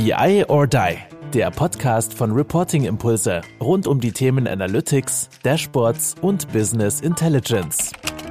BI or Die, der Podcast von Reporting Impulse rund um die Themen Analytics, Dashboards und Business Intelligence.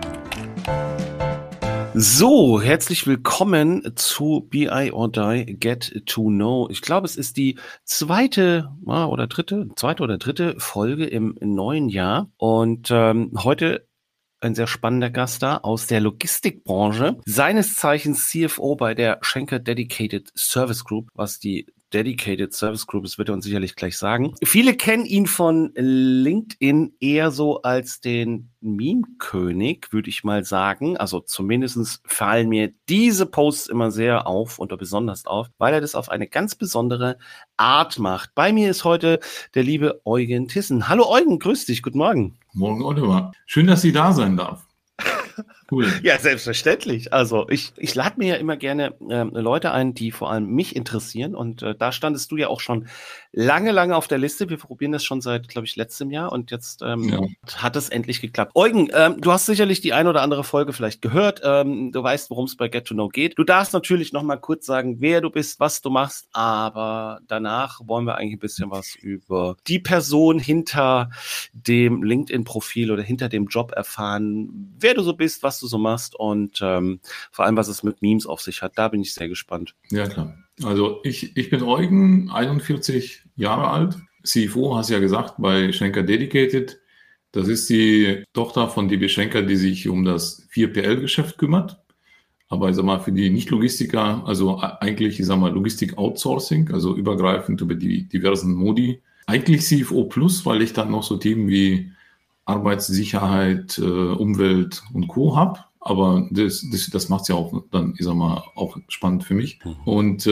So, herzlich willkommen zu BI or Die Get to Know. Ich glaube, es ist die zweite oder dritte Folge im neuen Jahr. Und heute ein sehr spannender Gast da aus der Logistikbranche, seines Zeichens CFO bei der Schenker Dedicated Service Group, was die Dedicated Service Group ist, wird er uns sicherlich gleich sagen. Viele kennen ihn von LinkedIn eher so als den Meme-König, würde ich mal sagen. Also zumindest fallen mir diese Posts immer sehr auf oder besonders auf, weil er das auf eine ganz besondere Art macht. Bei mir ist heute der liebe Eugen Thyssen. Hallo Eugen, grüß dich, guten Morgen. Morgen, Oliver. Schön, dass Sie da sein darf. Cool. Ja, selbstverständlich. Also ich lade mir ja immer gerne Leute ein, die vor allem mich interessieren. Und da standest du ja auch schon lange auf der Liste. Wir probieren das schon seit, glaube ich, letztem Jahr. Und jetzt hat es endlich geklappt. Eugen, du hast sicherlich die ein oder andere Folge vielleicht gehört. Du weißt, worum es bei Get to Know geht. Du darfst natürlich noch mal kurz sagen, wer du bist, was du machst. Aber danach wollen wir eigentlich ein bisschen was über die Person hinter dem LinkedIn-Profil oder hinter dem Job erfahren. Wer du so bist, was du so machst und vor allem, was es mit Memes auf sich hat. Da bin ich sehr gespannt. Ja, klar. Also ich bin Eugen, 41 Jahre alt. CFO, hast du ja gesagt, bei Schenker Dedicated. Das ist die Tochter von DB Schenker, die sich um das 4PL-Geschäft kümmert. Aber ich sag mal, für die Nicht-Logistiker, also eigentlich, ich sag mal, Logistik-Outsourcing, also übergreifend über die diversen Modi. Eigentlich CFO Plus, weil ich dann noch so Themen wie Arbeitssicherheit, Umwelt und Co. habe. Aber das macht es ja auch dann, ich sag mal, auch spannend für mich. Und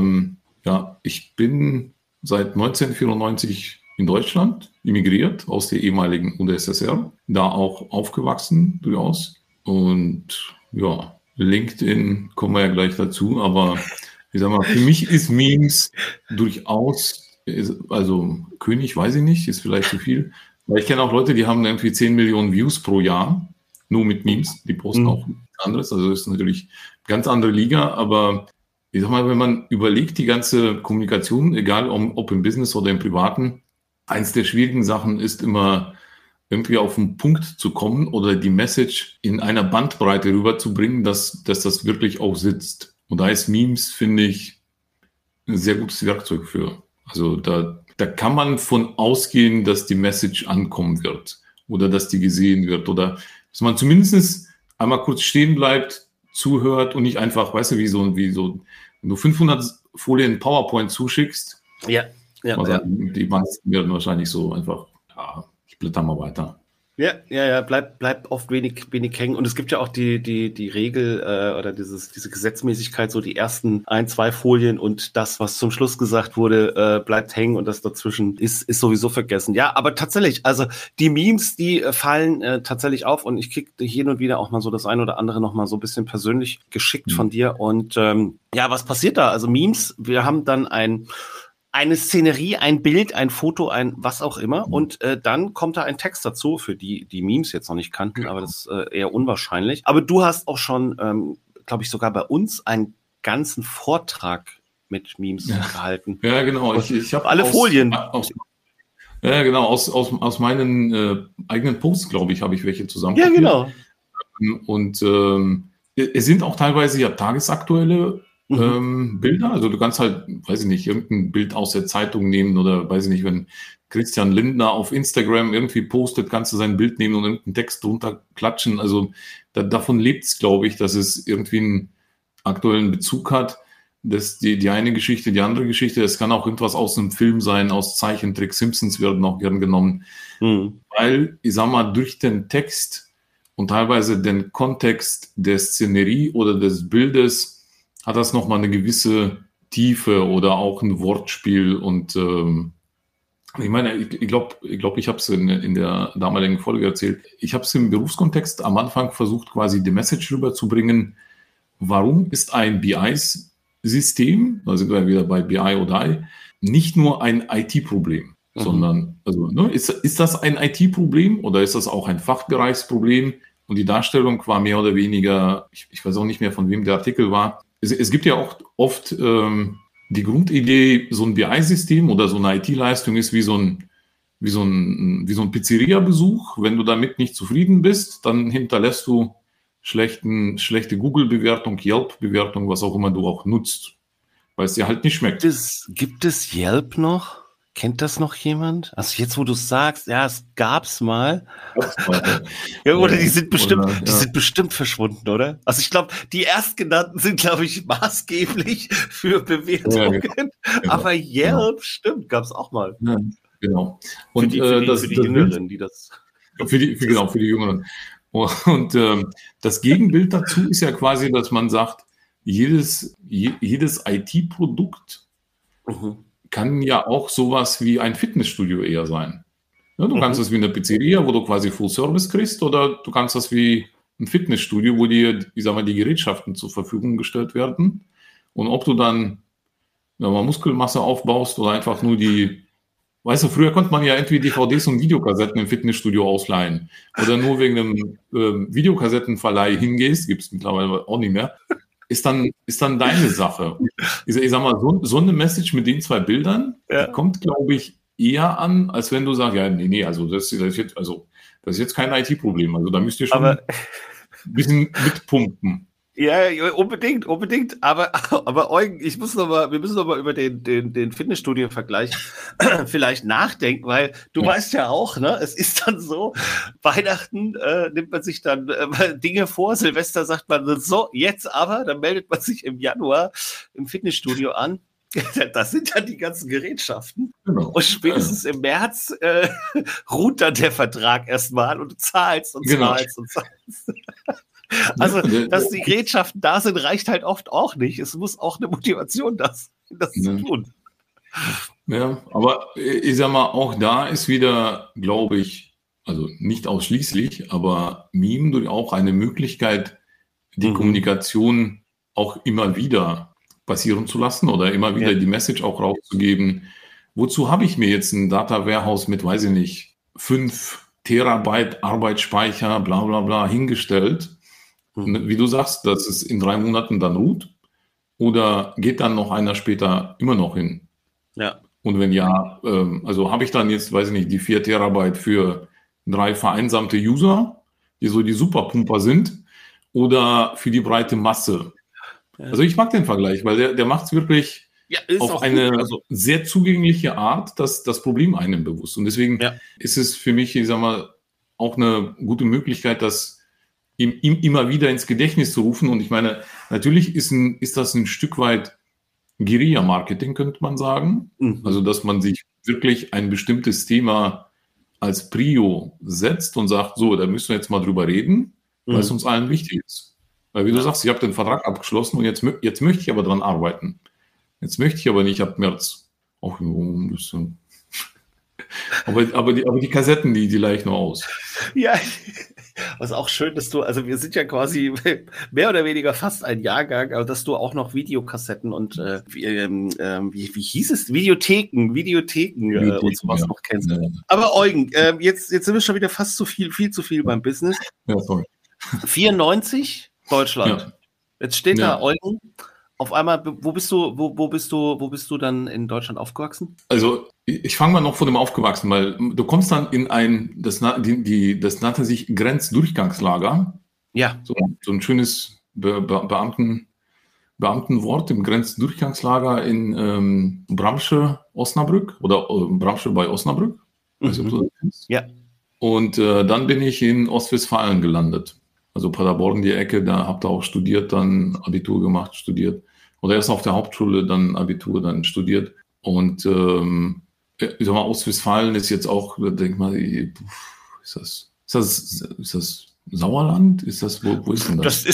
ich bin seit 1994 in Deutschland emigriert aus der ehemaligen UdSSR, da auch aufgewachsen durchaus. Und ja, LinkedIn kommen wir ja gleich dazu, aber ich sag mal, für mich ist Memes durchaus, also König, weiß ich nicht, ist vielleicht zu viel. Weil ich kenne auch Leute, die haben irgendwie 10 Millionen Views pro Jahr, nur mit Memes. Die posten auch nichts anderes. Also das ist natürlich eine ganz andere Liga. Aber ich sag mal, wenn man überlegt, die ganze Kommunikation, egal ob im Business oder im Privaten, eins der schwierigen Sachen ist immer, irgendwie auf den Punkt zu kommen oder die Message in einer Bandbreite rüberzubringen, dass das wirklich auch sitzt. Und da ist Memes, finde ich, ein sehr gutes Werkzeug für. Also da kann man von ausgehen, dass die Message ankommen wird oder dass die gesehen wird oder dass man zumindest einmal kurz stehen bleibt, zuhört und nicht einfach, weißt du, wie so, wenn du 500 Folien PowerPoint zuschickst. Ja. Die meisten werden wahrscheinlich so einfach, ich blätter mal weiter. Ja, bleibt oft wenig hängen. Und es gibt ja auch die Regel oder diese Gesetzmäßigkeit, so die ersten 1-2 Folien und das, was zum Schluss gesagt wurde, bleibt hängen und das dazwischen ist sowieso vergessen. Ja, aber tatsächlich, also die Memes, die fallen tatsächlich auf und ich krieg hin und wieder auch mal so das ein oder andere noch mal so ein bisschen persönlich geschickt von dir. Und was passiert da? Also Memes, wir haben dann eine Szenerie, ein Bild, ein Foto, ein was auch immer. Und dann kommt da ein Text dazu, für die Memes jetzt noch nicht kannten, aber das ist eher unwahrscheinlich. Aber du hast auch schon, glaube ich, sogar bei uns einen ganzen Vortrag mit Memes gehalten. Ja, genau. Ich habe alle Folien. Aus meinen eigenen Posts, glaube ich, habe ich welche zusammengeführt. Ja, genau. Und es sind auch teilweise ja tagesaktuelle Bilder, also du kannst halt, weiß ich nicht, irgendein Bild aus der Zeitung nehmen oder weiß ich nicht, wenn Christian Lindner auf Instagram irgendwie postet, kannst du sein Bild nehmen und irgendeinen Text drunter klatschen. Also davon lebt es, glaube ich, dass es irgendwie einen aktuellen Bezug hat. Das die eine Geschichte, die andere Geschichte, es kann auch irgendwas aus einem Film sein, aus Zeichentrick, Simpsons werden auch gern genommen. Weil, ich sag mal, durch den Text und teilweise den Kontext der Szenerie oder des Bildes hat das nochmal eine gewisse Tiefe oder auch ein Wortspiel. Und ich meine, ich glaube, ich habe es in der damaligen Folge erzählt. Ich habe es im Berufskontext am Anfang versucht, quasi die Message rüberzubringen. Warum ist ein BI-System, da sind wir wieder bei BI oder Die, nicht nur ein IT-Problem, sondern, also, ist das ein IT-Problem oder ist das auch ein Fachbereichsproblem? Und die Darstellung war mehr oder weniger, ich weiß auch nicht mehr, von wem der Artikel war. Es gibt ja auch oft die Grundidee, so ein BI-System oder so eine IT-Leistung ist wie so ein Pizzeria-Besuch. Wenn du damit nicht zufrieden bist, dann hinterlässt du schlechte Google-Bewertung, Yelp-Bewertung, was auch immer du auch nutzt, weil es dir halt nicht schmeckt. Gibt es Yelp noch? Kennt das noch jemand? Also jetzt, wo du es sagst, ja, es gab's mal. Ja, oder die sind bestimmt verschwunden, oder? Also ich glaube, die Erstgenannten sind, glaube ich, maßgeblich für Bewertungen. Ja, genau. Aber Yelp, stimmt, gab's auch mal. Ja, genau. Und für die Jüngeren, die das... Für die Jüngeren. Und das Gegenbild dazu ist ja quasi, dass man sagt, jedes IT-Produkt kann ja auch sowas wie ein Fitnessstudio eher sein. Ja, du kannst das wie eine Pizzeria, wo du quasi Full Service kriegst, oder du kannst das wie ein Fitnessstudio, wo dir, ich sag mal, die Gerätschaften zur Verfügung gestellt werden. Und ob du dann mal Muskelmasse aufbaust oder einfach nur weißt du, früher konnte man ja entweder DVDs und Videokassetten im Fitnessstudio ausleihen oder nur wegen einem Videokassettenverleih hingehst, gibt es mittlerweile auch nicht mehr, ist dann deine Sache. Ich sag mal, so eine Message mit den 2 Bildern, die kommt, glaube ich, eher an, als wenn du sagst, ja, nee, also das ist jetzt kein IT-Problem. Also da müsst ihr schon ein bisschen mitpumpen. Ja, unbedingt. Aber Eugen, wir müssen noch mal über den Fitnessstudio-Vergleich vielleicht nachdenken, weil du weißt ja auch, ne, es ist dann so, Weihnachten nimmt man sich dann Dinge vor, Silvester sagt man so, jetzt aber, dann meldet man sich im Januar im Fitnessstudio an. Das sind dann die ganzen Gerätschaften. Genau. Und spätestens im März ruht dann der Vertrag erstmal und du zahlst und zahlst und zahlst. Also, dass die Gerätschaften da sind, reicht halt oft auch nicht. Es muss auch eine Motivation das zu tun. Ja, aber ich sag mal, auch da ist wieder, glaube ich, also nicht ausschließlich, aber Meme auch eine Möglichkeit, die Kommunikation auch immer wieder passieren zu lassen oder immer wieder die Message auch rauszugeben. Wozu habe ich mir jetzt ein Data Warehouse mit, weiß ich nicht, 5 Terabyte Arbeitsspeicher, bla bla bla, hingestellt? Wie du sagst, dass es in 3 Monaten dann ruht? Oder geht dann noch einer später immer noch hin? Ja. Und wenn ja, also habe ich dann jetzt, weiß ich nicht, die 4 Terabyte für 3 vereinsamte User, die so die Superpumper sind, oder für die breite Masse? Ja. Also ich mag den Vergleich, weil der macht es wirklich auf eine sehr zugängliche Art, dass das Problem einem bewusst. Und deswegen ist es für mich, ich sag mal, auch eine gute Möglichkeit, das ihm immer wieder ins Gedächtnis zu rufen. Und ich meine, natürlich ist das ein Stück weit Guerilla-Marketing, könnte man sagen. Also, dass man sich wirklich ein bestimmtes Thema als Prio setzt und sagt, so, da müssen wir jetzt mal drüber reden, weil es uns allen wichtig ist. Weil, wie du sagst, ich habe den Vertrag abgeschlossen und jetzt möchte ich aber dran arbeiten. Jetzt möchte ich aber nicht ab März. Auch ein bisschen. Aber die Kassetten, die leicht noch aus. Ja, was auch schön, dass also wir sind ja quasi mehr oder weniger fast ein Jahrgang, aber dass du auch noch Videokassetten und wie hieß es? Videotheken und sowas noch kennst. Ja. Aber Eugen, jetzt sind wir schon wieder fast viel zu viel beim Business. Ja, sorry. 94, Deutschland. Ja. Jetzt steht da Eugen. Auf einmal, wo bist du dann in Deutschland aufgewachsen? Also ich fange mal noch von dem aufgewachsen, weil du kommst dann in das nannte sich Grenzdurchgangslager. Ja. So ein schönes Beamtenwort im Grenzdurchgangslager in Bramsche, Osnabrück oder Bramsche bei Osnabrück. Weiß nicht, ob du das kennst. Ja. Und dann bin ich in Ostwestfalen gelandet. Also Paderborn, die Ecke, da habt ihr auch studiert, dann Abitur gemacht, studiert. Oder erst auf der Hauptschule, dann Abitur, dann studiert. Und ich sag mal, Ostwestfalen ist jetzt auch, denk mal, ist das Sauerland? Ist das, wo ist denn das?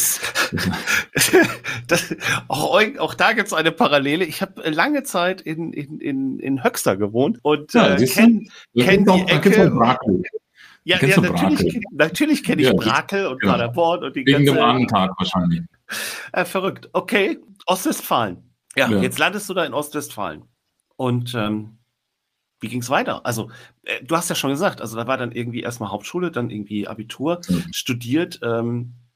Auch da gibt es eine Parallele. Ich habe lange Zeit in Höxter gewohnt und kenn die Ecke. Ja, natürlich kenne ich Brakel und Paderborn und die ganze... Wegen dem Ahnentag wahrscheinlich. Verrückt. Okay, Ostwestfalen. Ja, jetzt landest du da in Ostwestfalen. Und wie ging es weiter? Also, du hast ja schon gesagt, also da war dann irgendwie erstmal Hauptschule, dann irgendwie Abitur, studiert.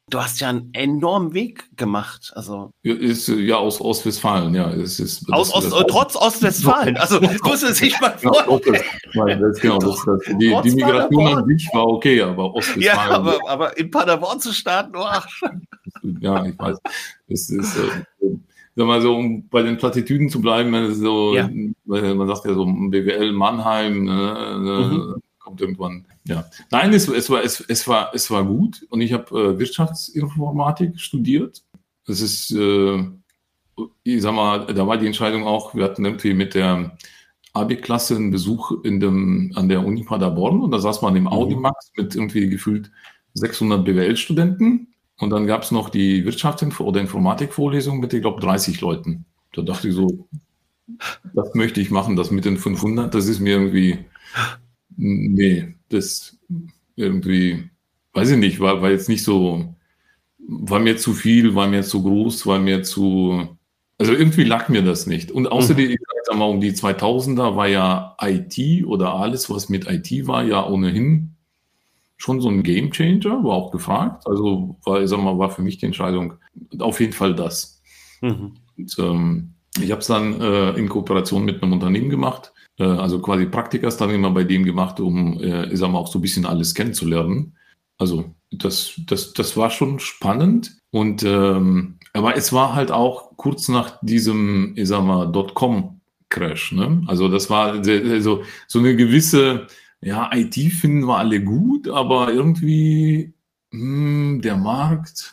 du hast ja einen enormen Weg gemacht. Also Ist ja aus Ostwestfalen, ja. Trotz Ostwestfalen. Also muss es sich mal vorstellen. Die Migration an sich war okay, aber Ostwestfalen. Ja, aber in Paderborn zu starten, Ja, ich weiß. Es ist, sag mal so, um bei den Plattitüden zu bleiben, man sagt ja so BWL Mannheim, kommt irgendwann. Ja. Nein, es war gut und ich habe Wirtschaftsinformatik studiert. Das ist, ich sag mal, da war die Entscheidung auch, wir hatten irgendwie mit der Abi-Klasse einen Besuch an der Uni Paderborn und da saß man im Audimax mit irgendwie gefühlt 600 BWL-Studenten und dann gab es noch die oder Informatikvorlesung mit, ich glaube, 30 Leuten. Da dachte ich so, das möchte ich machen, das mit den 500, das ist mir irgendwie, nee, das irgendwie, weiß ich nicht, war jetzt nicht so, war mir zu viel, war mir zu groß, also irgendwie lag mir das nicht. Und außerdem, ich sag mal, um die 2000er war ja IT oder alles, was mit IT war, ja ohnehin schon so ein Gamechanger, war auch gefragt. Also war für mich die Entscheidung auf jeden Fall das. Und, ich habe es dann in Kooperation mit einem Unternehmen gemacht, also quasi Praktikas dann immer bei dem gemacht, um auch so ein bisschen alles kennenzulernen. Also das war schon spannend und aber es war halt auch kurz nach diesem, Dotcom-Crash, ne? Also das war so eine gewisse, ja, IT finden wir alle gut, aber irgendwie der Markt,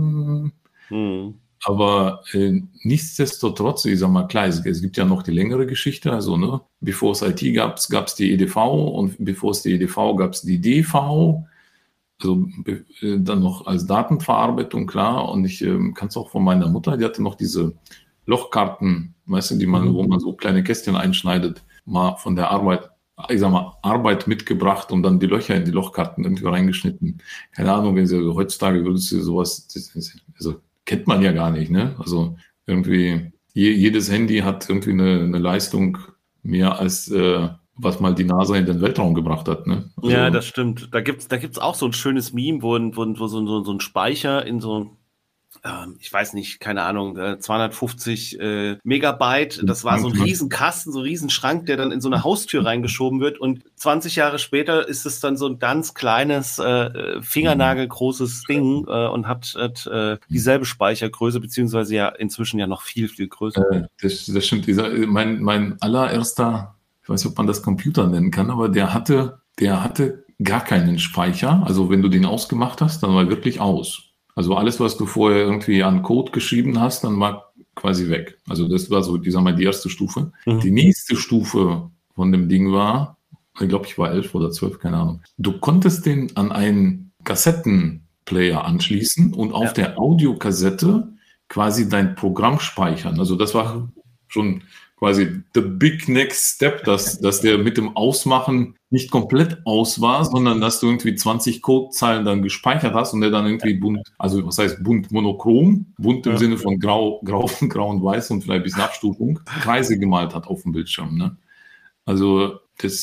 aber nichtsdestotrotz, ich sag mal, klar, es gibt ja noch die längere Geschichte, also ne, bevor es IT gab es die EDV und bevor es die EDV gab es die DV, also dann noch als Datenverarbeitung, klar, und ich kann es auch von meiner Mutter, die hatte noch diese Lochkarten, weißt du, wo man so kleine Kästchen einschneidet, mal von der Arbeit, ich sag mal, Arbeit mitgebracht und dann die Löcher in die Lochkarten irgendwie reingeschnitten. Keine Ahnung, wenn sie heutzutage würdest du sowas, also kennt man ja gar nicht, ne? Also irgendwie, jedes Handy hat irgendwie eine Leistung mehr als was mal die NASA in den Weltraum gebracht hat, ne? Also, ja, das stimmt. Da gibt's auch so ein schönes Meme, wo so ein Speicher in so ich weiß nicht, keine Ahnung, 250 Megabyte, das war so ein Riesenkasten, so ein Riesenschrank, der dann in so eine Haustür reingeschoben wird und 20 Jahre später ist es dann so ein ganz kleines, fingernagelgroßes Ding und hat dieselbe Speichergröße, beziehungsweise ja inzwischen ja noch viel, viel größer. Das stimmt. Mein allererster, ich weiß nicht, ob man das Computer nennen kann, aber der hatte gar keinen Speicher. Also wenn du den ausgemacht hast, dann war er wirklich aus. Also alles, was du vorher irgendwie an Code geschrieben hast, dann war quasi weg. Also das war so, die erste Stufe. Die nächste Stufe von dem Ding war, ich glaube, ich war 11 oder 12, keine Ahnung. Du konntest den an einen Kassettenplayer anschließen und auf der Audiokassette quasi dein Programm speichern. Also das war schon quasi the big next step, dass der mit dem Ausmachen nicht komplett aus war, sondern dass du irgendwie 20 Codezeilen dann gespeichert hast und der dann irgendwie bunt, also was heißt bunt, monochrom, bunt im Sinne von grau und weiß und vielleicht ein bisschen Abstufung, Kreise gemalt hat auf dem Bildschirm, ne? Also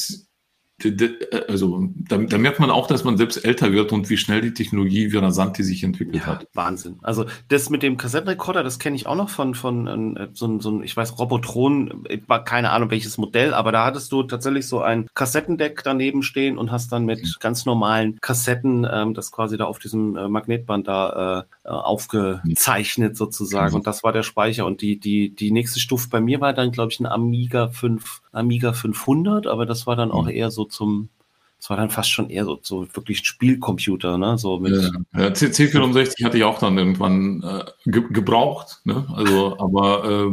da merkt man auch, dass man selbst älter wird und wie schnell die Technologie, wie rasant die sich entwickelt hat. Wahnsinn. Also das mit dem Kassettenrekorder, das kenne ich auch noch von so ein, ich weiß, Robotron, war keine Ahnung welches Modell, aber da hattest du tatsächlich so ein Kassettendeck daneben stehen und hast dann mit ganz normalen Kassetten das quasi da auf diesem Magnetband da aufgezeichnet sozusagen und das war der Speicher und die nächste Stufe bei mir war dann, glaube ich, ein Amiga 500, aber das war dann auch eher so es war dann fast schon eher so wirklich ein Spielcomputer, ne? So mit C64 hatte ich auch dann irgendwann gebraucht, ne? Also, aber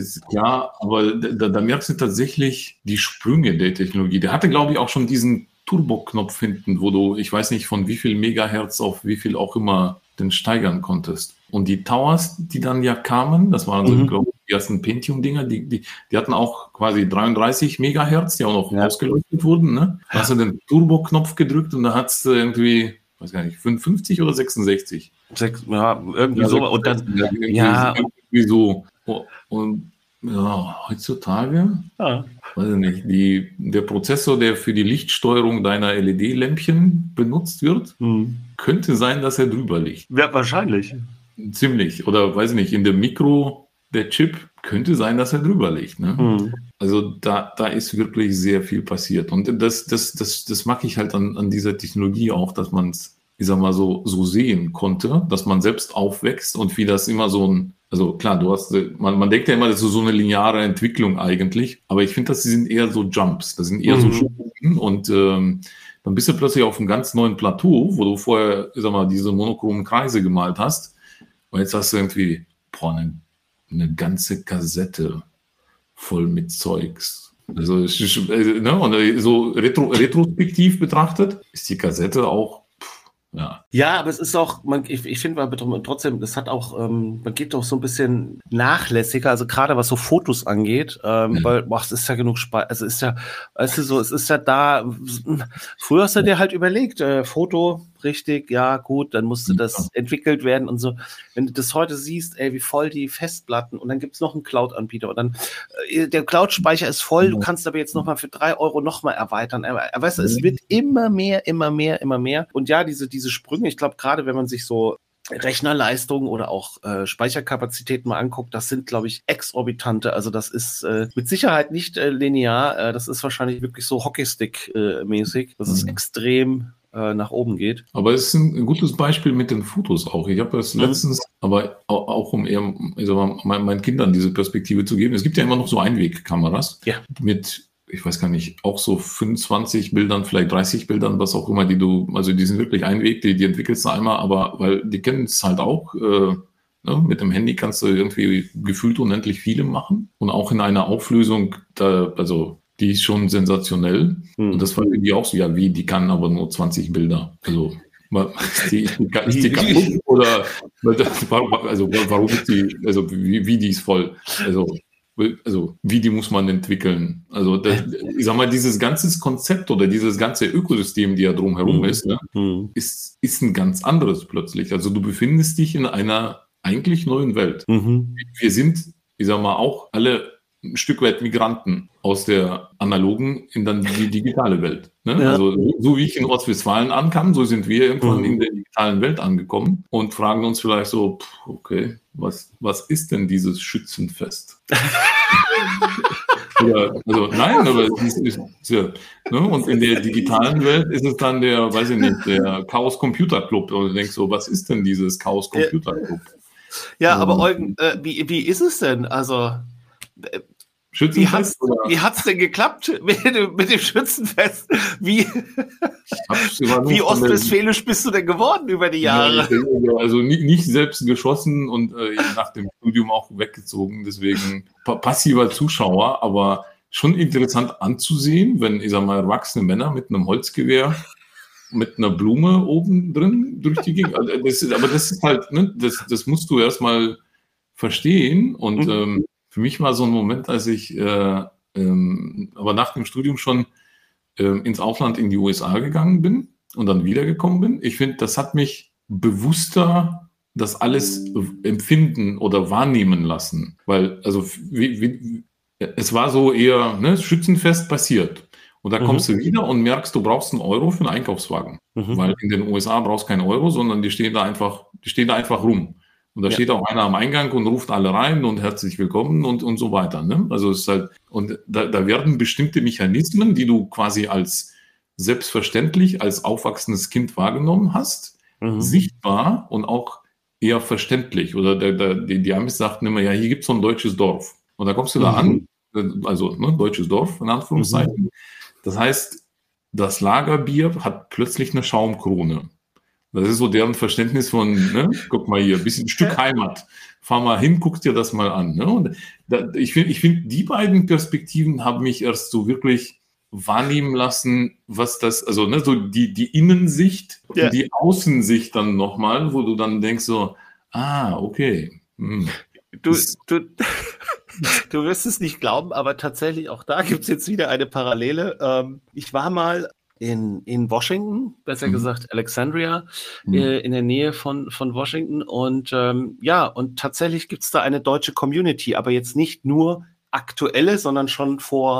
da merkst du tatsächlich die Sprünge der Technologie. Der hatte, glaube ich, auch schon diesen Turbo-Knopf hinten, wo du, ich weiß nicht, von wie viel Megahertz auf wie viel auch immer den steigern konntest. Und die Towers, die dann ja kamen, das waren so, glaube ich, die ersten Pentium-Dinger, die hatten auch quasi 33 Megahertz, die auch noch ausgeleuchtet wurden, ne? Da hast du den Turbo-Knopf gedrückt und da hat's irgendwie, weiß gar nicht, 55 oder 66? Irgendwie so. Und dann, irgendwie so. Und Ja, heutzutage, Ja. weiß ich nicht, der Prozessor, der für die Lichtsteuerung deiner LED-Lämpchen benutzt wird, könnte sein, dass er drüber liegt. Ja, wahrscheinlich. Ziemlich. Oder weiß ich nicht, in der Mikro, der Chip, könnte sein, dass er drüber liegt. Ne? Also da ist wirklich sehr viel passiert. Und das mag ich halt an dieser Technologie auch, dass man es, ich sag mal, so sehen konnte, dass man selbst aufwächst und wie das immer so ein, also klar, man denkt ja immer, das ist so eine lineare Entwicklung eigentlich, aber ich finde, das sind eher so Jumps, das sind eher so Stufen und dann bist du plötzlich auf einem ganz neuen Plateau, wo du vorher, ich sag mal, diese monochromen Kreise gemalt hast und jetzt hast du irgendwie, eine ganze Kassette voll mit Zeugs. Also, ne, und so retrospektiv betrachtet ist die Kassette auch, ja. Ja, aber es ist auch, ich finde aber trotzdem, das hat auch, man geht doch so ein bisschen nachlässiger, also gerade was so Fotos angeht, weil, es ist ja genug also es ist ja, weißt du so, es ist ja da, früher hast du dir halt überlegt, Foto, richtig, ja, gut, dann musste das entwickelt werden und so. Wenn du das heute siehst, wie voll die Festplatten und dann gibt's noch einen Cloud-Anbieter und dann, der Cloud-Speicher ist voll, du kannst aber jetzt nochmal für 3 Euro nochmal erweitern. Weißt du, es wird immer mehr und ja, diese Sprünge, ich glaube, gerade wenn man sich so Rechnerleistung oder auch Speicherkapazitäten mal anguckt, das sind, glaube ich, exorbitante. Also das ist mit Sicherheit nicht linear. Das ist wahrscheinlich wirklich so Hockeystick-mäßig, dass es extrem nach oben geht. Aber es ist ein gutes Beispiel mit den Fotos auch. Ich habe es letztens, aber auch um eher meinen Kindern diese Perspektive zu geben. Es gibt ja immer noch so Einwegkameras mit, ich weiß gar nicht, auch so 25 Bildern, vielleicht 30 Bildern, was auch immer, also die sind wirklich Einweg, die entwickelst du einmal, aber weil die kennen es halt auch, ne? Mit dem Handy kannst du irgendwie gefühlt unendlich viele machen und auch in einer Auflösung, die ist schon sensationell. Und das war für die auch so, ja, die kann aber nur 20 Bilder. Also, ist die kaputt oder, also, warum ist die, also, wie die ist voll? Also, wie die muss man entwickeln? Also, ich sag mal, dieses ganze Konzept oder dieses ganze Ökosystem, die ja drumherum ist, ne, ist ein ganz anderes plötzlich. Also, du befindest dich in einer eigentlich neuen Welt. Wir sind, ich sag mal, auch alle ein Stück weit Migranten aus der analogen in dann die digitale Welt. Ne? Ja. Also so wie ich in Ostwestfalen ankam, so sind wir irgendwann in der digitalen Welt angekommen und fragen uns vielleicht so, okay, was ist denn dieses Schützenfest? Nein, aber es ist ja, ne? Und in der digitalen Welt ist es dann der, weiß ich nicht, der Chaos Computer Club. Und du denkst so, was ist denn dieses Chaos Computer Club? Ja, aber Eugen, wie ist es denn? Also wie hat's denn geklappt mit dem Schützenfest? Wie ostwestfälisch bist du denn geworden über die Jahre? Ja, also nicht selbst geschossen und nach dem Studium auch weggezogen. Deswegen passiver Zuschauer, aber schon interessant anzusehen, wenn, ich sag mal, erwachsene Männer mit einem Holzgewehr mit einer Blume oben drin durch die Gegend. Aber das ist halt, ne, das musst du erstmal verstehen und für mich war so ein Moment, als ich aber nach dem Studium schon ins Ausland in die USA gegangen bin und dann wiedergekommen bin. Ich finde, das hat mich bewusster das alles empfinden oder wahrnehmen lassen. Weil, also es war so eher, ne, Schützenfest passiert. Und da kommst du wieder und merkst, du brauchst einen Euro für einen Einkaufswagen. Weil in den USA brauchst du keinen Euro, sondern die stehen da einfach rum. Und da steht auch einer am Eingang und ruft alle rein und herzlich willkommen und so weiter. Ne? Also es ist halt, und da werden bestimmte Mechanismen, die du quasi als selbstverständlich als aufwachsendes Kind wahrgenommen hast, sichtbar und auch eher verständlich. Oder die Amis sagten immer, ja, hier gibt es so ein deutsches Dorf. Und da kommst du da an, also ne, deutsches Dorf in Anführungszeichen. Das heißt, das Lagerbier hat plötzlich eine Schaumkrone. Das ist so deren Verständnis von, ne, guck mal hier, ein Stück Heimat. Fahr mal hin, guck dir das mal an. Ne? Und ich finde, die beiden Perspektiven haben mich erst so wirklich wahrnehmen lassen, was das, also ne, so die Innensicht und die Außensicht dann nochmal, wo du dann denkst so, okay. Du wirst es nicht glauben, aber tatsächlich auch da gibt es jetzt wieder eine Parallele. Ich war mal in Washington, besser gesagt Alexandria, in der Nähe von Washington und und tatsächlich gibt es da eine deutsche Community, aber jetzt nicht nur aktuelle, sondern schon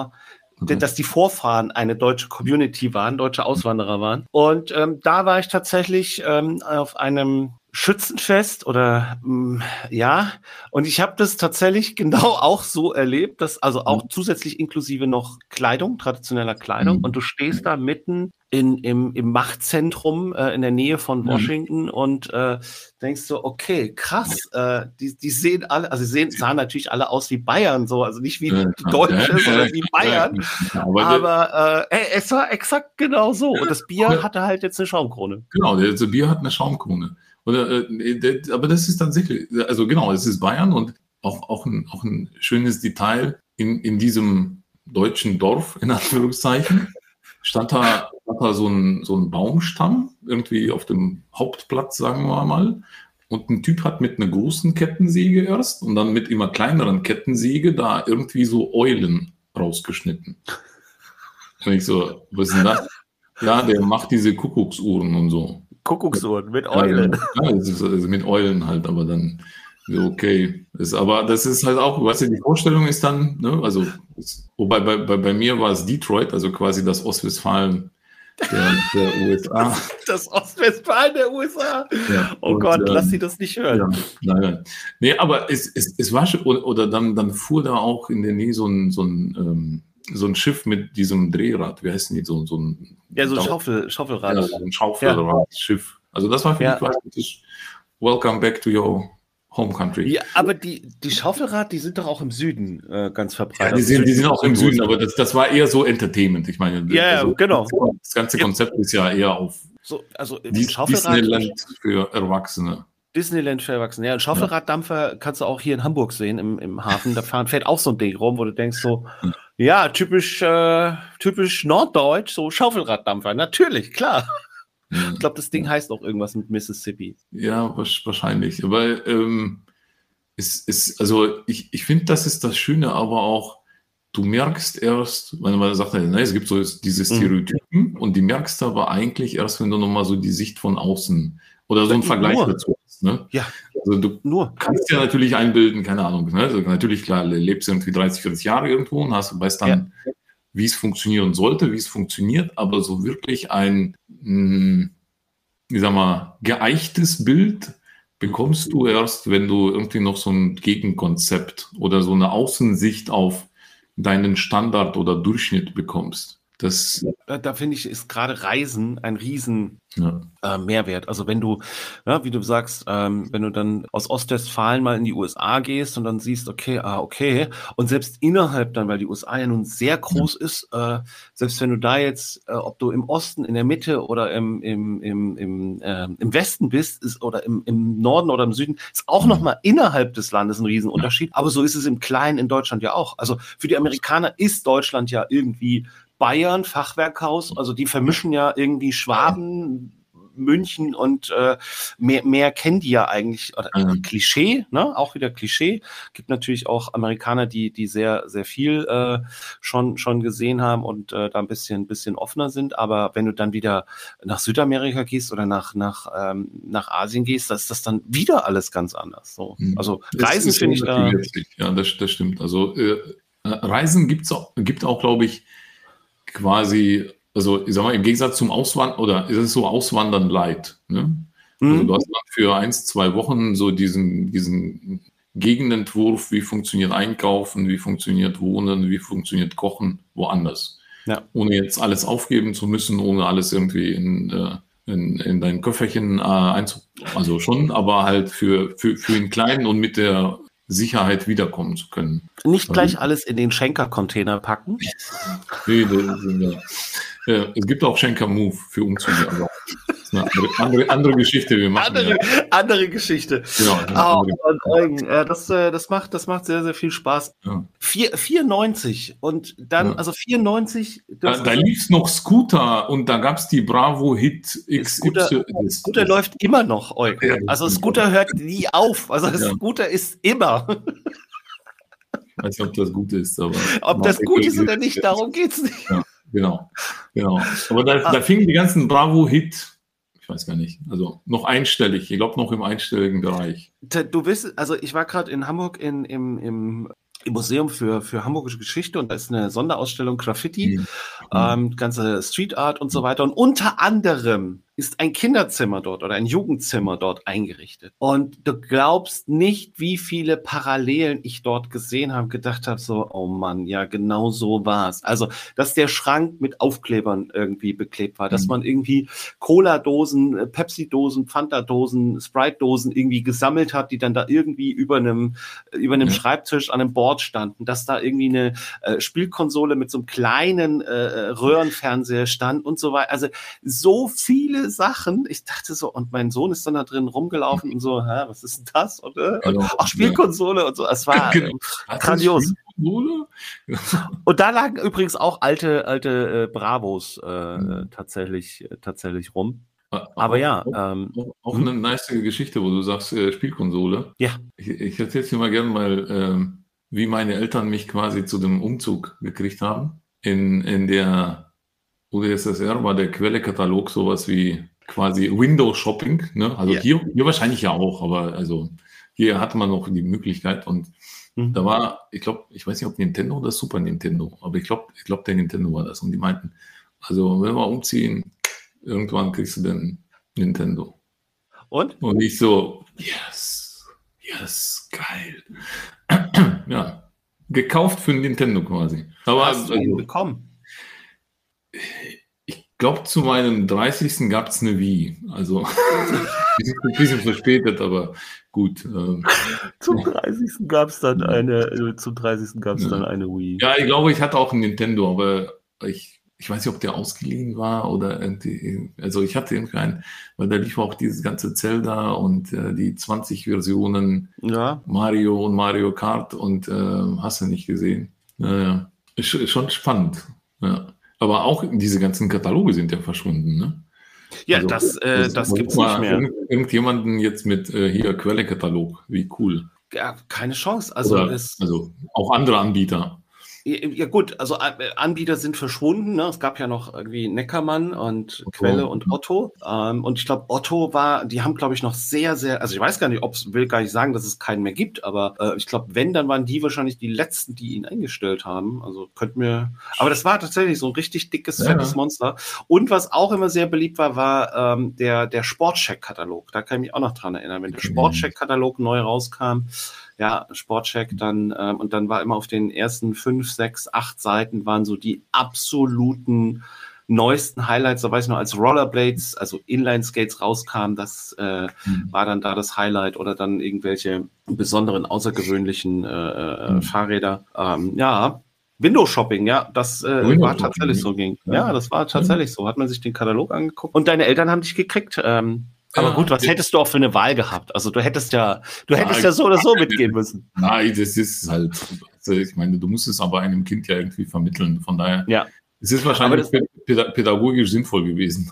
dass die Vorfahren eine deutsche Community waren, deutsche Auswanderer waren. Und da war ich tatsächlich auf einem Schützenfest und ich habe das tatsächlich genau auch so erlebt, dass also auch zusätzlich inklusive noch Kleidung, traditioneller Kleidung, und du stehst da mitten im Machtzentrum in der Nähe von Washington und denkst so, okay, krass, die sehen alle, also sahen natürlich alle aus wie Bayern, so, also nicht wie Deutsche, sondern wie Bayern, aber es war exakt genau so, und das Bier hatte halt jetzt eine Schaumkrone. Genau, das Bier hat eine Schaumkrone. Aber das ist tatsächlich, also genau, es ist Bayern und auch ein schönes Detail in diesem deutschen Dorf, in Anführungszeichen, stand da so ein Baumstamm irgendwie auf dem Hauptplatz, sagen wir mal. Und ein Typ hat mit einer großen Kettensäge erst und dann mit immer kleineren Kettensäge da irgendwie so Eulen rausgeschnitten. Und ich so, was ist denn das? Ja, der macht diese Kuckucksuhren und so. Kuckucksuhren mit Eulen. Ja, also mit Eulen halt, aber dann so, okay. Aber das ist halt auch, weißt du, die Vorstellung ist dann, ne, also, wobei bei mir war es Detroit, also quasi das Ostwestfalen der USA. Das Ostwestfalen der USA? Ja, oh Gott, lass sie das nicht hören. Ja, nein. Nee, aber es war schon, oder dann fuhr da auch in der Nähe so ein Schiff mit diesem Drehrad, wie heißt die, so ein Schaufelrad. Ja, so ein Schaufelrad-Schiff. Also das war für mich wirklich Welcome back to your home country. Ja, aber die Schaufelrad, die sind doch auch im Süden ganz verbreitet. Ja, die sind auch im Süden, aber das war eher so Entertainment. Ich meine, genau. Das ganze Konzept ist ja eher auf Disneyland für Erwachsene. Disneyland für Erwachsene. Ja, ein Schaufelraddampfer kannst du auch hier in Hamburg sehen, im Hafen. Da fährt auch so ein Ding rum, wo du denkst so, ja, typisch norddeutsch, so Schaufelraddampfer. Natürlich, klar. Ich glaube, das Ding heißt auch irgendwas mit Mississippi. Ja, wahrscheinlich. Aber ich finde, das ist das Schöne, aber auch, du merkst erst, wenn man sagt, es gibt so diese Stereotypen und die merkst du aber eigentlich erst, wenn du nochmal so die Sicht von außen oder so einen Vergleich dazu hast. Ne? Ja, also du kannst ja natürlich einbilden, keine Ahnung. Ne? Also natürlich, klar, lebst du irgendwie 30, 40 Jahre irgendwo und weißt dann, wie es funktionieren sollte, wie es funktioniert, aber so wirklich ein, ich sag mal, geeichtes Bild bekommst du erst, wenn du irgendwie noch so ein Gegenkonzept oder so eine Außensicht auf deinen Standard oder Durchschnitt bekommst. Da finde ich, ist gerade Reisen ein riesen Mehrwert. Also wenn du, wie du sagst, wenn du dann aus Ostwestfalen mal in die USA gehst und dann siehst, okay, und selbst innerhalb dann, weil die USA ja nun sehr groß ist, selbst wenn du da jetzt, ob du im Osten, in der Mitte oder im Westen bist, oder im Norden oder im Süden, ist auch nochmal innerhalb des Landes ein Riesenunterschied. Aber so ist es im Kleinen in Deutschland ja auch. Also für die Amerikaner ist Deutschland ja irgendwie Bayern, Fachwerkhaus, also die vermischen ja irgendwie Schwaben, München und mehr kennen die ja eigentlich, oder Klischee, ne? Auch wieder Klischee. Gibt natürlich auch Amerikaner, die sehr, sehr viel schon gesehen haben und da ein bisschen offener sind, aber wenn du dann wieder nach Südamerika gehst oder nach Asien gehst, da ist das dann wieder alles ganz anders. So. Also Reisen finde ich da... Ja, das stimmt. Also Reisen gibt auch, glaube ich, quasi, also ich sag mal, im Gegensatz zum Auswandern, oder ist es so Auswandern light, ne? Also du hast dann für 1-2 Wochen so diesen Gegenentwurf, wie funktioniert Einkaufen, wie funktioniert Wohnen, wie funktioniert Kochen woanders. Ja. Ohne jetzt alles aufgeben zu müssen, ohne alles irgendwie in dein Köfferchen also schon, aber halt für den Kleinen und mit der Sicherheit wiederkommen zu können. Nicht gleich alles in den Schenker-Container packen. Nee, es gibt auch Schenker-Move für Umzüge, aber das ist eine andere Geschichte. Wir machen andere Geschichte. Genau, das macht sehr, sehr viel Spaß. Ja. 4,90 und dann, also 4,90. Da lief es noch Scooter und da gab es die Bravo Hit XY. Scooter läuft immer noch, Eugen. Ja, also Scooter hört nie auf. Also Scooter ist immer. Ich weiß nicht, ob das gut ist. Aber ob das gut ist oder nicht, darum geht es nicht. Ja, genau. Aber da fingen die ganzen Bravo-Hit, ich weiß gar nicht, also noch einstellig, ich glaube noch im einstelligen Bereich. Du bist, also ich war gerade in Hamburg im im Museum für Hamburgische Geschichte und da ist eine Sonderausstellung Graffiti, ganze Street Art und so weiter. Und unter anderem ist ein Kinderzimmer dort oder ein Jugendzimmer dort eingerichtet. Und du glaubst nicht, wie viele Parallelen ich dort gesehen habe, gedacht habe, so, oh Mann, ja, genau so war's. Also, dass der Schrank mit Aufklebern irgendwie beklebt war, dass man irgendwie Cola-Dosen, Pepsi-Dosen, Fanta-Dosen, Sprite-Dosen irgendwie gesammelt hat, die dann da irgendwie über einem Schreibtisch an einem Board standen, dass da irgendwie eine Spielkonsole mit so einem kleinen Röhrenfernseher stand und so weiter. Also so viele Sachen. Ich dachte so, und mein Sohn ist dann da drin rumgelaufen und so, hä, was ist denn das? Und auch Spielkonsole und so. Es war grandios. Und da lagen übrigens auch alte Bravos tatsächlich rum. Aber ja. Auch eine nice Geschichte, wo du sagst, Spielkonsole. Ja. Ich erzähle dir mal gerne mal, wie meine Eltern mich quasi zu dem Umzug gekriegt haben. In der UdSSR war der Quelle-Katalog sowas wie quasi Window-Shopping. Ne? Also hier wahrscheinlich ja auch, aber also hier hatte man noch die Möglichkeit und da war, ich glaube, ich weiß nicht, ob Nintendo oder Super Nintendo, aber ich glaube, der Nintendo war das. Und die meinten, also wenn wir umziehen, irgendwann kriegst du den Nintendo. Und ich so, yes, geil. Ja, gekauft für ein Nintendo quasi. Aber hast du ihn bekommen? Ich glaube, zu meinem 30. gab es eine Wii. Also, ein bisschen verspätet, aber gut. Zum 30. gab es dann eine Wii. Ja, ich glaube, ich hatte auch ein Nintendo, aber ich weiß nicht, ob der ausgeliehen war oder irgendwie. Also ich hatte irgendeinen, weil da lief auch dieses ganze Zelda und die 20 Versionen Mario und Mario Kart und hast du nicht gesehen. Naja, ist schon spannend. Ja. Aber auch diese ganzen Kataloge sind ja verschwunden, ne? Ja, also, das gibt's nicht mehr. Irgendjemanden jetzt mit hier Quelle-Katalog, wie cool. Ja, keine Chance. Also, also auch andere Anbieter. Ja gut, also Anbieter sind verschwunden. Ne? Es gab ja noch irgendwie Neckermann und Quelle und Otto. Und ich glaube, Otto die haben, glaube ich, noch sehr, sehr, also ich weiß gar nicht, will gar nicht sagen, dass es keinen mehr gibt, aber ich glaube, wenn, dann waren die wahrscheinlich die letzten, die ihn eingestellt haben. Also aber das war tatsächlich so ein richtig dickes, fettes Monster. Und was auch immer sehr beliebt war der Sportcheck-Katalog. Da kann ich mich auch noch dran erinnern, wenn der Sportcheck-Katalog neu rauskam. Ja, Sportcheck dann, und dann war immer auf den ersten 5, 6, 8 Seiten waren so die absoluten neuesten Highlights. Da weiß ich noch, als Rollerblades, also Inline-Skates rauskamen, das war dann da das Highlight oder dann irgendwelche besonderen, außergewöhnlichen Fahrräder. Windows-Shopping, ja, das war tatsächlich so. Ja, das war tatsächlich so. Hat man sich den Katalog angeguckt. Und deine Eltern haben dich gekriegt. Aber gut, was hättest du auch für eine Wahl gehabt? Also du hättest ja so oder so mitgehen müssen. Nein, das ist halt, also ich meine, du musst es aber einem Kind ja irgendwie vermitteln. Von daher, es ist wahrscheinlich pädagogisch sinnvoll gewesen.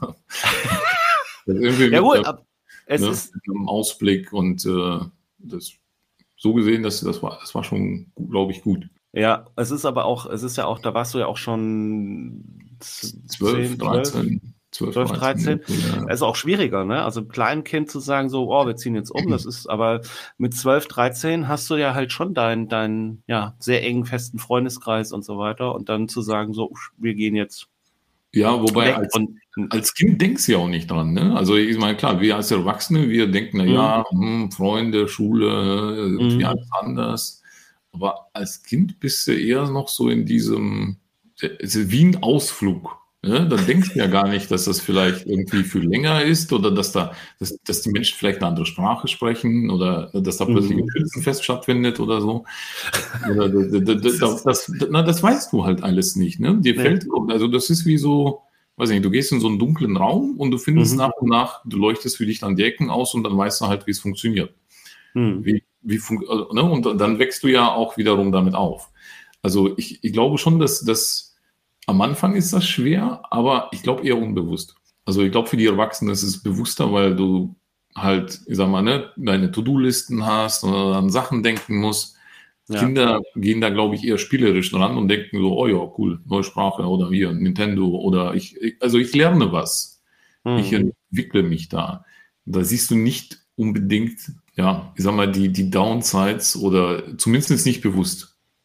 Ja gut, es ist im Ausblick und das so gesehen, das war schon, glaube ich, gut. Ja, es ist ja auch, da warst du ja auch schon 12, 13. 12, 13. Ja. Das ist auch schwieriger, ne? Also einem kleinen Kind zu sagen so, wir ziehen jetzt um, das ist, aber mit 12, 13 hast du ja halt schon deinen sehr engen, festen Freundeskreis und so weiter und dann zu sagen so, wir gehen jetzt. Ja, wobei als Kind denkst du ja auch nicht dran, ne? Also ich meine, klar, wir als Erwachsene, wir denken, Freunde, Schule, irgendwie alles anders. Aber als Kind bist du eher noch so in diesem, wie ein Ausflug. Ja, dann denkst du ja gar nicht, dass das vielleicht irgendwie viel länger ist oder dass die Menschen vielleicht eine andere Sprache sprechen oder dass da plötzlich ein Schützenfest stattfindet oder so. Oder das weißt du halt alles nicht. Ne? Dir fällt, also das ist wie so, weiß nicht, du gehst in so einen dunklen Raum und du findest nach und nach, du leuchtest für dich dann die Ecken aus und dann weißt du halt, wie es funktioniert. Und dann wächst du ja auch wiederum damit auf. Also ich glaube schon, dass am Anfang ist das schwer, aber ich glaube eher unbewusst. Also ich glaube, für die Erwachsenen ist es bewusster, weil du halt, ich sag mal, ne, deine To-Do-Listen hast oder an Sachen denken musst. Ja. Kinder gehen da, glaube ich, eher spielerisch dran und denken so, oh ja, cool, neue Sprache oder hier, Nintendo oder ich lerne was. Ich entwickle mich da. Da siehst du nicht unbedingt, ja, ich sag mal, die Downsides oder zumindest nicht bewusst.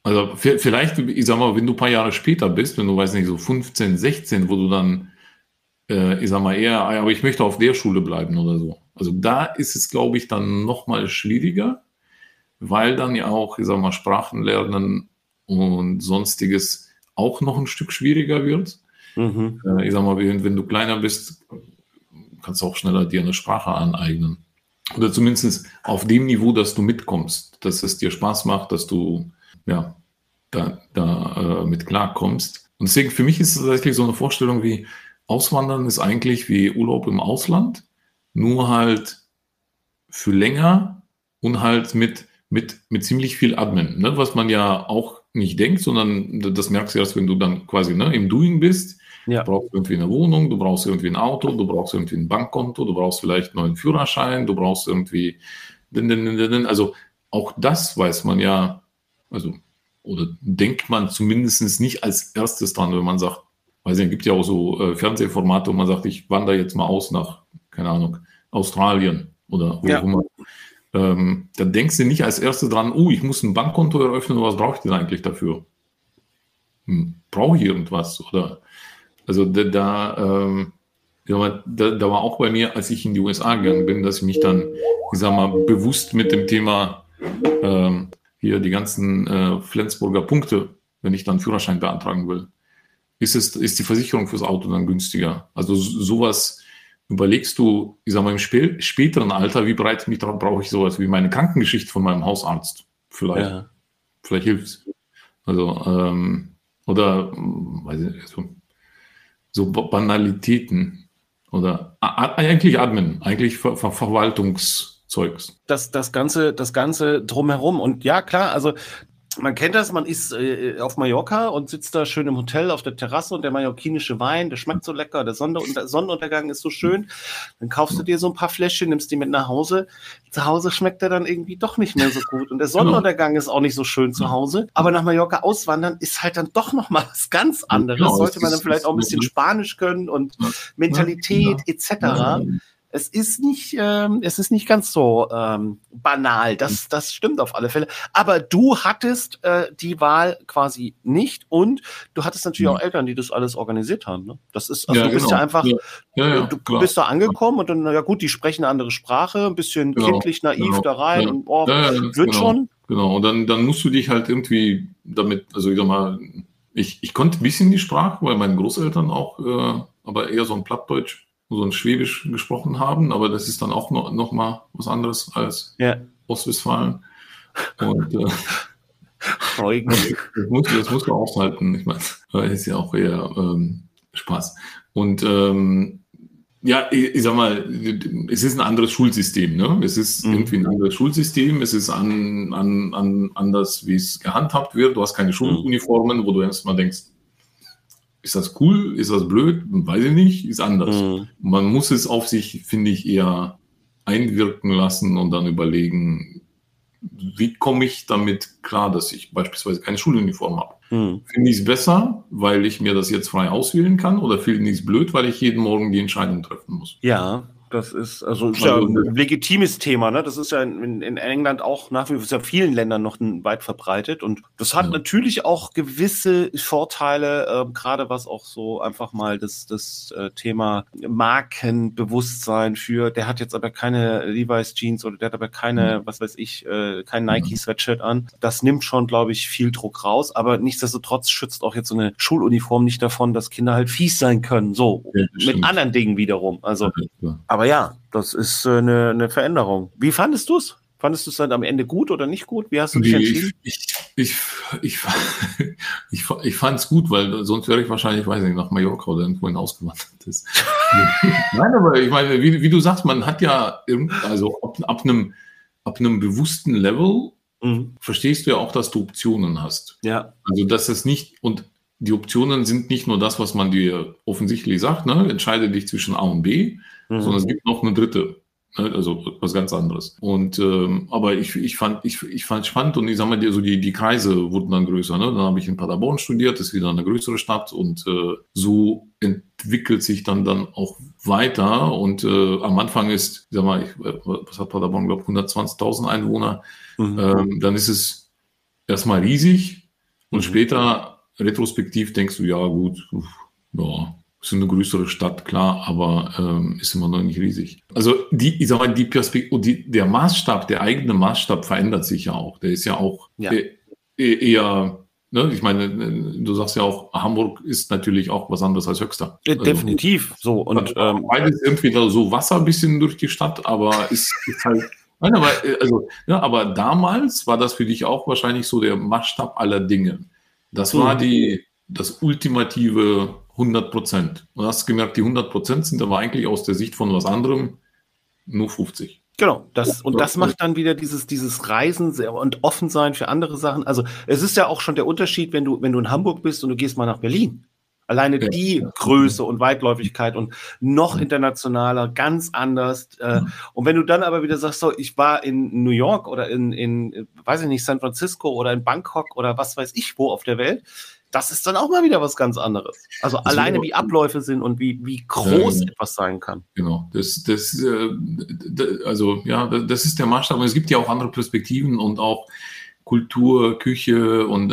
Also vielleicht, ich sag mal, wenn du ein paar Jahre später bist, wenn du, weiß nicht, so 15, 16, wo du dann, ich sag mal eher, aber ich möchte auf der Schule bleiben oder so. Also da ist es, glaube ich, dann nochmal schwieriger, weil dann ja auch, ich sag mal, Sprachen lernen und sonstiges auch noch ein Stück schwieriger wird. Ich sag mal, wenn du kleiner bist, kannst du auch schneller dir eine Sprache aneignen. Oder zumindest auf dem Niveau, dass du mitkommst, dass es dir Spaß macht, dass du ja da mit klarkommst. Und deswegen für mich ist es tatsächlich so eine Vorstellung wie Auswandern ist eigentlich wie Urlaub im Ausland, nur halt für länger und halt mit ziemlich viel Admin, ne? Was man ja auch nicht denkt, sondern das merkst du erst, wenn du dann quasi im Doing bist. Ja. Du brauchst irgendwie eine Wohnung, du brauchst irgendwie ein Auto, du brauchst irgendwie ein Bankkonto, du brauchst vielleicht einen neuen Führerschein, du brauchst irgendwie, also auch das weiß man ja, also oder denkt man zumindest nicht als erstes dran, wenn man sagt, weiß nicht, es gibt ja auch so Fernsehformate, wo man sagt, ich wandere jetzt mal aus nach, keine Ahnung, Australien oder wo auch immer. Da denkst du nicht als erstes dran, ich muss ein Bankkonto eröffnen, was brauche ich denn eigentlich dafür? Brauche ich irgendwas? Oder also da war auch bei mir, als ich in die USA gegangen bin, dass ich mich dann, ich sag mal, bewusst mit dem Thema hier die ganzen Flensburger Punkte, wenn ich dann einen Führerschein beantragen will, ist die Versicherung fürs Auto dann günstiger. Also sowas überlegst du, ich sag mal, im späteren Alter, wie bereit mich darauf brauche ich sowas wie meine Krankengeschichte von meinem Hausarzt. Vielleicht hilft es. Also, oder weiß ich, so Banalitäten oder eigentlich Admin, eigentlich Verwaltungszeugs. Das Ganze drumherum. Und ja, klar, also man kennt das, man ist auf Mallorca und sitzt da schön im Hotel auf der Terrasse und der mallorquinische Wein, der schmeckt so lecker, der Sonnenuntergang ist so schön. Dann kaufst du dir so ein paar Fläschchen, nimmst die mit nach Hause. Zu Hause schmeckt der dann irgendwie doch nicht mehr so gut. Und der Sonnenuntergang ist auch nicht so schön zu Hause. Aber nach Mallorca auswandern ist halt dann doch nochmal was ganz anderes. Genau, sollte man dann vielleicht auch ein bisschen Spanisch können und Mentalität etc. Es ist nicht ganz so banal. Das stimmt auf alle Fälle. Aber du hattest die Wahl quasi nicht und du hattest natürlich auch Eltern, die das alles organisiert haben. Ne? Das ist, also du bist ja einfach, du bist da angekommen und dann, ja gut, die sprechen eine andere Sprache, ein bisschen kindlich, naiv da rein und wird schon. Genau, und dann musst du dich halt irgendwie damit, also ich sag mal, ich konnte ein bisschen die Sprache, weil meine Großeltern auch, aber eher so ein Plattdeutsch, so ein Schwäbisch gesprochen haben, aber das ist dann auch noch mal was anderes als Ostwestfalen. Und das muss man aushalten. Ich meine, das ist ja auch eher Spaß. Und ich sag mal, es ist ein anderes Schulsystem, ne? Es ist irgendwie ein anderes Schulsystem, es ist anders, wie es gehandhabt wird. Du hast keine Schuluniformen, wo du erstmal denkst, ist das cool? Ist das blöd? Weiß ich nicht. Ist anders. Man muss es auf sich, finde ich, eher einwirken lassen und dann überlegen, wie komme ich damit klar, dass ich beispielsweise keine Schuluniform habe? Finde ich es besser, weil ich mir das jetzt frei auswählen kann, oder finde ich es blöd, weil ich jeden Morgen die Entscheidung treffen muss? Ja, das ist ja ein legitimes Thema, ne? Das ist ja in England auch nach wie vor, ist ja vielen Ländern noch weit verbreitet und das hat natürlich auch gewisse Vorteile, gerade was auch so einfach mal das Thema Markenbewusstsein der hat jetzt aber keine Levi's Jeans oder der hat aber keine, was weiß ich, kein Nike Sweatshirt an. Das nimmt schon, glaube ich, viel Druck raus, aber nichtsdestotrotz schützt auch jetzt so eine Schuluniform nicht davon, dass Kinder halt fies sein können, so mit anderen Dingen wiederum. Also aber ja, das ist eine Veränderung. Wie fandest du es? Fandest du es dann am Ende gut oder nicht gut? Wie hast du dich entschieden? Ich fand es gut, weil sonst wäre ich wahrscheinlich, weiß nicht, nach Mallorca oder irgendwohin ausgewandert. Nein, aber ich meine, wie du sagst, man hat ja, also ab einem bewussten Level verstehst du ja auch, dass du Optionen hast. Ja. Also, dass es nicht, und die Optionen sind nicht nur das, was man dir offensichtlich sagt, ne? Entscheide dich zwischen A und B, sondern es gibt noch eine dritte, ne? Also was ganz anderes. Und aber ich fand es spannend und ich sag mal, die Kreise wurden dann größer. Ne? Dann habe ich in Paderborn studiert, das ist wieder eine größere Stadt und so entwickelt sich dann auch weiter. Und am Anfang ist, ich sag mal, was hat Paderborn, glaube ich, 120.000 Einwohner. Dann ist es erstmal riesig. Und später, retrospektiv, denkst du, ja gut, ja, ist eine größere Stadt, klar, aber ist immer noch nicht riesig. Also ich sag mal, die Perspektive, der Maßstab, der eigene Maßstab verändert sich ja auch. Der ist ja auch eher, ne? Ich meine, du sagst ja auch, Hamburg ist natürlich auch was anderes als Höxter. Definitiv so. Und beides irgendwie da so Wasser ein bisschen durch die Stadt, aber ist halt. Nein, aber, aber damals war das für dich auch wahrscheinlich so der Maßstab aller Dinge. Das war das ultimative 100%. Und du hast gemerkt, die 100% sind aber eigentlich aus der Sicht von was anderem nur 50. Genau, das macht dann wieder dieses Reisen und Offensein für andere Sachen. Also es ist ja auch schon der Unterschied, wenn du in Hamburg bist und du gehst mal nach Berlin. Alleine die Größe und Weitläufigkeit und noch internationaler, ganz anders. Und wenn du dann aber wieder sagst, so, ich war in New York oder in weiß ich nicht, San Francisco oder in Bangkok oder was weiß ich wo auf der Welt, das ist dann auch mal wieder was ganz anderes. Also das alleine wie Abläufe sind und wie groß etwas sein kann. Genau, das ist der Maßstab. Und es gibt ja auch andere Perspektiven und auch Kultur, Küche und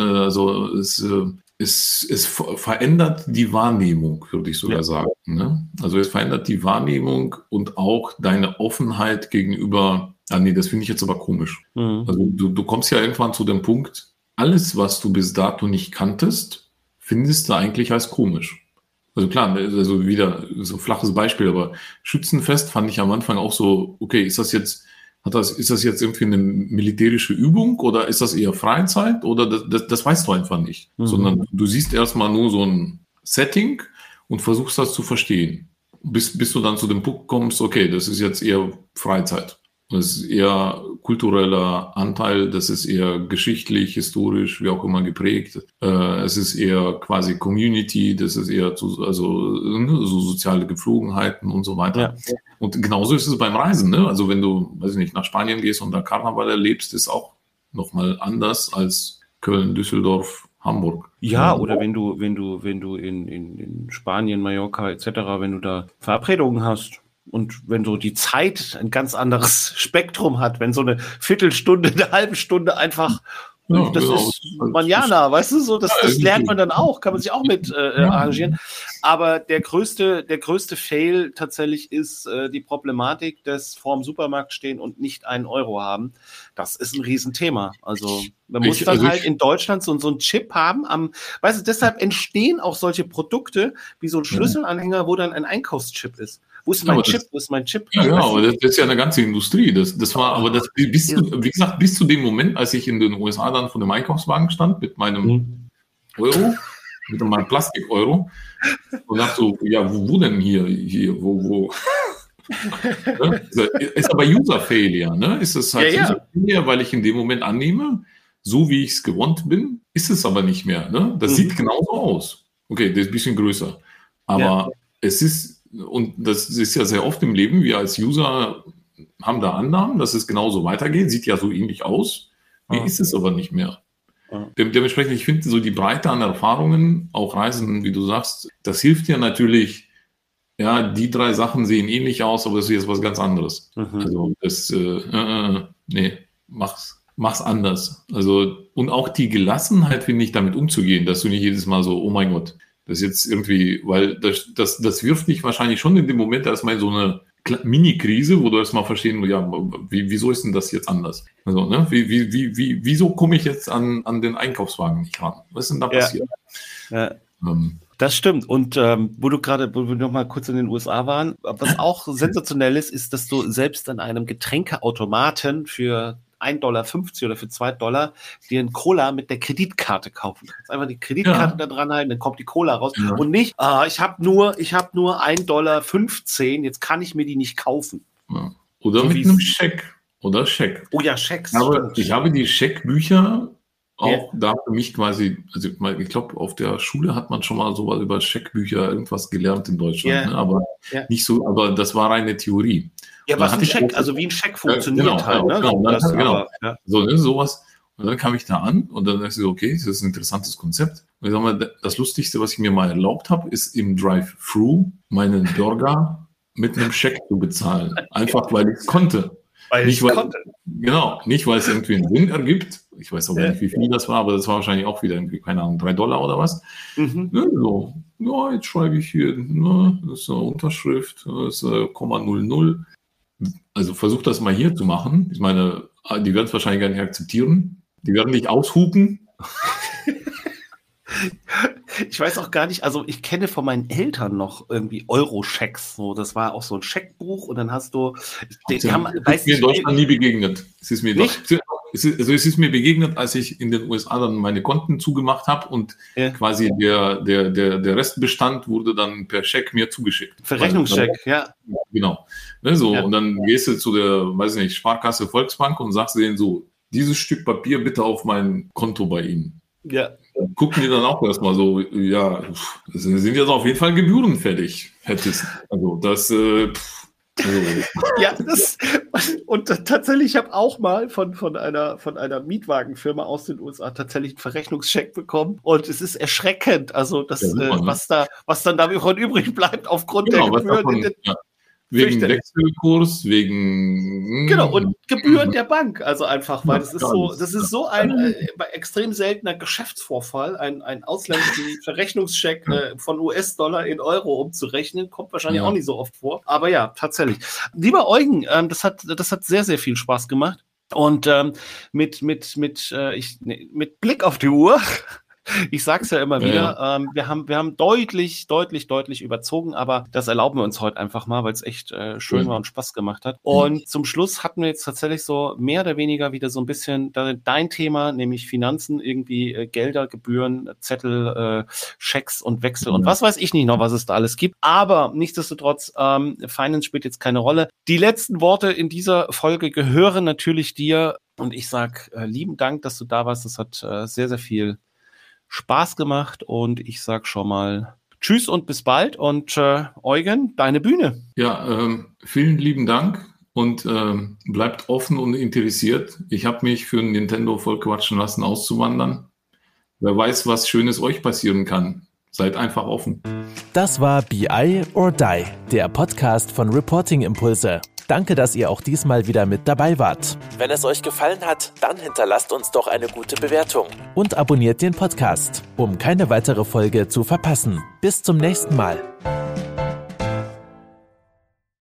es verändert die Wahrnehmung, würde ich sogar sagen. Ne? Also es verändert die Wahrnehmung und auch deine Offenheit gegenüber, das finde ich jetzt aber komisch. Also du kommst ja irgendwann zu dem Punkt, alles, was du bis dato nicht kanntest, findest du eigentlich als komisch. Also klar, also wieder so ein flaches Beispiel, aber Schützenfest fand ich am Anfang auch so, okay, ist das jetzt irgendwie eine militärische Übung oder ist das eher Freizeit oder das weißt du einfach nicht. Sondern du siehst erstmal nur so ein Setting und versuchst das zu verstehen. Bis du dann zu dem Punkt kommst, okay, das ist jetzt eher Freizeit. Das ist eher kultureller Anteil, das ist eher geschichtlich, historisch, wie auch immer geprägt. Es ist eher quasi Community, das ist eher so soziale Gepflogenheiten und so weiter. Ja. Und genauso ist es beim Reisen, ne? Also wenn du, weiß ich nicht, nach Spanien gehst und da Karneval erlebst, ist auch nochmal anders als Köln, Düsseldorf, Hamburg. Ja, oder wenn du in Spanien, Mallorca etc., wenn du da Verabredungen hast. Und wenn so die Zeit ein ganz anderes Spektrum hat, wenn so eine Viertelstunde, eine halbe Stunde einfach, ist Manjana, weißt du, so, das lernt man dann auch, kann man sich auch mit arrangieren. Aber der größte Fail tatsächlich ist die Problematik des vorm Supermarkt stehen und nicht 1 Euro haben. Das ist ein Riesenthema. Also man muss in Deutschland so einen Chip haben. Weißt du, deshalb entstehen auch solche Produkte wie so ein Schlüsselanhänger, wo dann ein Einkaufschip ist. Wo ist mein Chip? Wo ist mein Chip? Ja, genau, aber das ist ja eine ganze Industrie. Das war, aber das bis zu dem Moment, als ich in den USA dann vor dem Einkaufswagen stand mit meinem Euro, mit meinem Plastik-Euro und dachte so, ja, wo denn hier, wo? Ist aber User-Failure, ne? Ist es halt User-Failure, weil ich in dem Moment annehme, so wie ich es gewohnt bin, ist es aber nicht mehr, ne? Das sieht genauso aus. Okay, der ist ein bisschen größer. Aber es ist, und das ist ja sehr oft im Leben, wir als User haben da Annahmen, dass es genauso weitergeht, sieht ja so ähnlich aus, ist es aber nicht mehr. Dementsprechend, ich finde so die Breite an Erfahrungen, auch Reisen, wie du sagst, das hilft ja natürlich, ja, die 3 Sachen sehen ähnlich aus, aber das ist jetzt was ganz anderes. Also das, mach's anders. Also, und auch die Gelassenheit, finde ich, damit umzugehen, dass du nicht jedes Mal so, oh mein Gott, das ist jetzt irgendwie, weil das wirft dich wahrscheinlich schon in dem Moment erstmal in so eine Mini-Krise, wo du erstmal verstehen, ja, wieso ist denn das jetzt anders? Also, ne, wieso komme ich jetzt an den Einkaufswagen nicht ran? Was ist denn da passiert? Ja. Das stimmt. Und wo wir noch mal kurz in den USA waren, was auch sensationell ist, dass du selbst an einem Getränkeautomaten für $1,50 oder für $2 dir einen Cola mit der Kreditkarte kaufen kannst. Einfach die Kreditkarte da dran halten, dann kommt die Cola raus. Ja. Und nicht, ich habe nur $1,15, jetzt kann ich mir die nicht kaufen. Ja. Oder so mit einem Scheck. Oder Scheck. Oh ja, Schecks. Aber ich habe die Scheckbücher auch da für mich quasi, also ich glaube, auf der Schule hat man schon mal sowas über Scheckbücher irgendwas gelernt in Deutschland, ne? Aber nicht so, aber das war reine Theorie. Ja, was ein Scheck, also wie ein Scheck funktioniert halt. Ne? Genau. So, ne, sowas. Und dann kam ich da an und dann dachte ich so, okay, das ist ein interessantes Konzept. Und ich sag mal, das Lustigste, was ich mir mal erlaubt habe, ist im Drive-Thru meinen Burger mit einem Scheck zu bezahlen. Einfach, weil ich es konnte. Genau, nicht, weil es irgendwie einen Sinn ergibt, Ich weiß auch nicht, wie viel das war, aber das war wahrscheinlich auch wieder irgendwie, keine Ahnung, $3 oder was. Ne, so, ja, jetzt schreibe ich hier, ne, das ist eine Unterschrift, das ist 0,00. Also versuch das mal hier zu machen. Ich meine, die werden es wahrscheinlich gar nicht akzeptieren. Die werden nicht aushupen. Ich weiß auch gar nicht, also ich kenne von meinen Eltern noch irgendwie Euro-Schecks. So, das war auch so ein Scheckbuch und dann hast du. Das ist mir in Deutschland nie begegnet. Es ist mir begegnet, als ich in den USA dann meine Konten zugemacht habe und quasi der Restbestand wurde dann per Scheck mir zugeschickt. Verrechnungscheck, ja. Genau. Ne, so, und dann gehst du zu der, weiß nicht, Sparkasse Volksbank und sagst denen so, dieses Stück Papier bitte auf mein Konto bei Ihnen. Ja. Gucken die dann auch erstmal so, ja, das sind jetzt auf jeden Fall Gebühren fällig, hättest. Also das, Ja, und tatsächlich, ich habe auch mal von einer Mietwagenfirma aus den USA tatsächlich einen Verrechnungscheck bekommen und es ist erschreckend, also das, was dann davon übrig bleibt aufgrund der Gebühren. Wegen Wechselkurs, wegen... Genau, und Gebühren der Bank, also einfach, weil das ist so ein extrem seltener Geschäftsvorfall, einen ausländischen Verrechnungscheck von US-Dollar in Euro umzurechnen, kommt wahrscheinlich auch nicht so oft vor, aber ja, tatsächlich. Lieber Eugen, das hat sehr, sehr viel Spaß gemacht und mit Blick auf die Uhr... Ich sag's ja immer wieder, wir haben deutlich überzogen, aber das erlauben wir uns heute einfach mal, weil es echt schön war und Spaß gemacht hat. Und zum Schluss hatten wir jetzt tatsächlich so mehr oder weniger wieder so ein bisschen dein Thema, nämlich Finanzen, irgendwie Gelder, Gebühren, Zettel, Schecks und Wechsel und was weiß ich nicht noch, was es da alles gibt. Aber nichtsdestotrotz, Finance spielt jetzt keine Rolle. Die letzten Worte in dieser Folge gehören natürlich dir und ich sag lieben Dank, dass du da warst. Das hat sehr, sehr viel Spaß gemacht und ich sag schon mal Tschüss und bis bald und Eugen, deine Bühne. Ja, vielen lieben Dank und bleibt offen und interessiert. Ich habe mich für Nintendo voll quatschen lassen, auszuwandern. Wer weiß, was Schönes euch passieren kann. Seid einfach offen. Das war BI or Die, der Podcast von Reporting Impulse. Danke, dass ihr auch diesmal wieder mit dabei wart. Wenn es euch gefallen hat, dann hinterlasst uns doch eine gute Bewertung. Und abonniert den Podcast, um keine weitere Folge zu verpassen. Bis zum nächsten Mal.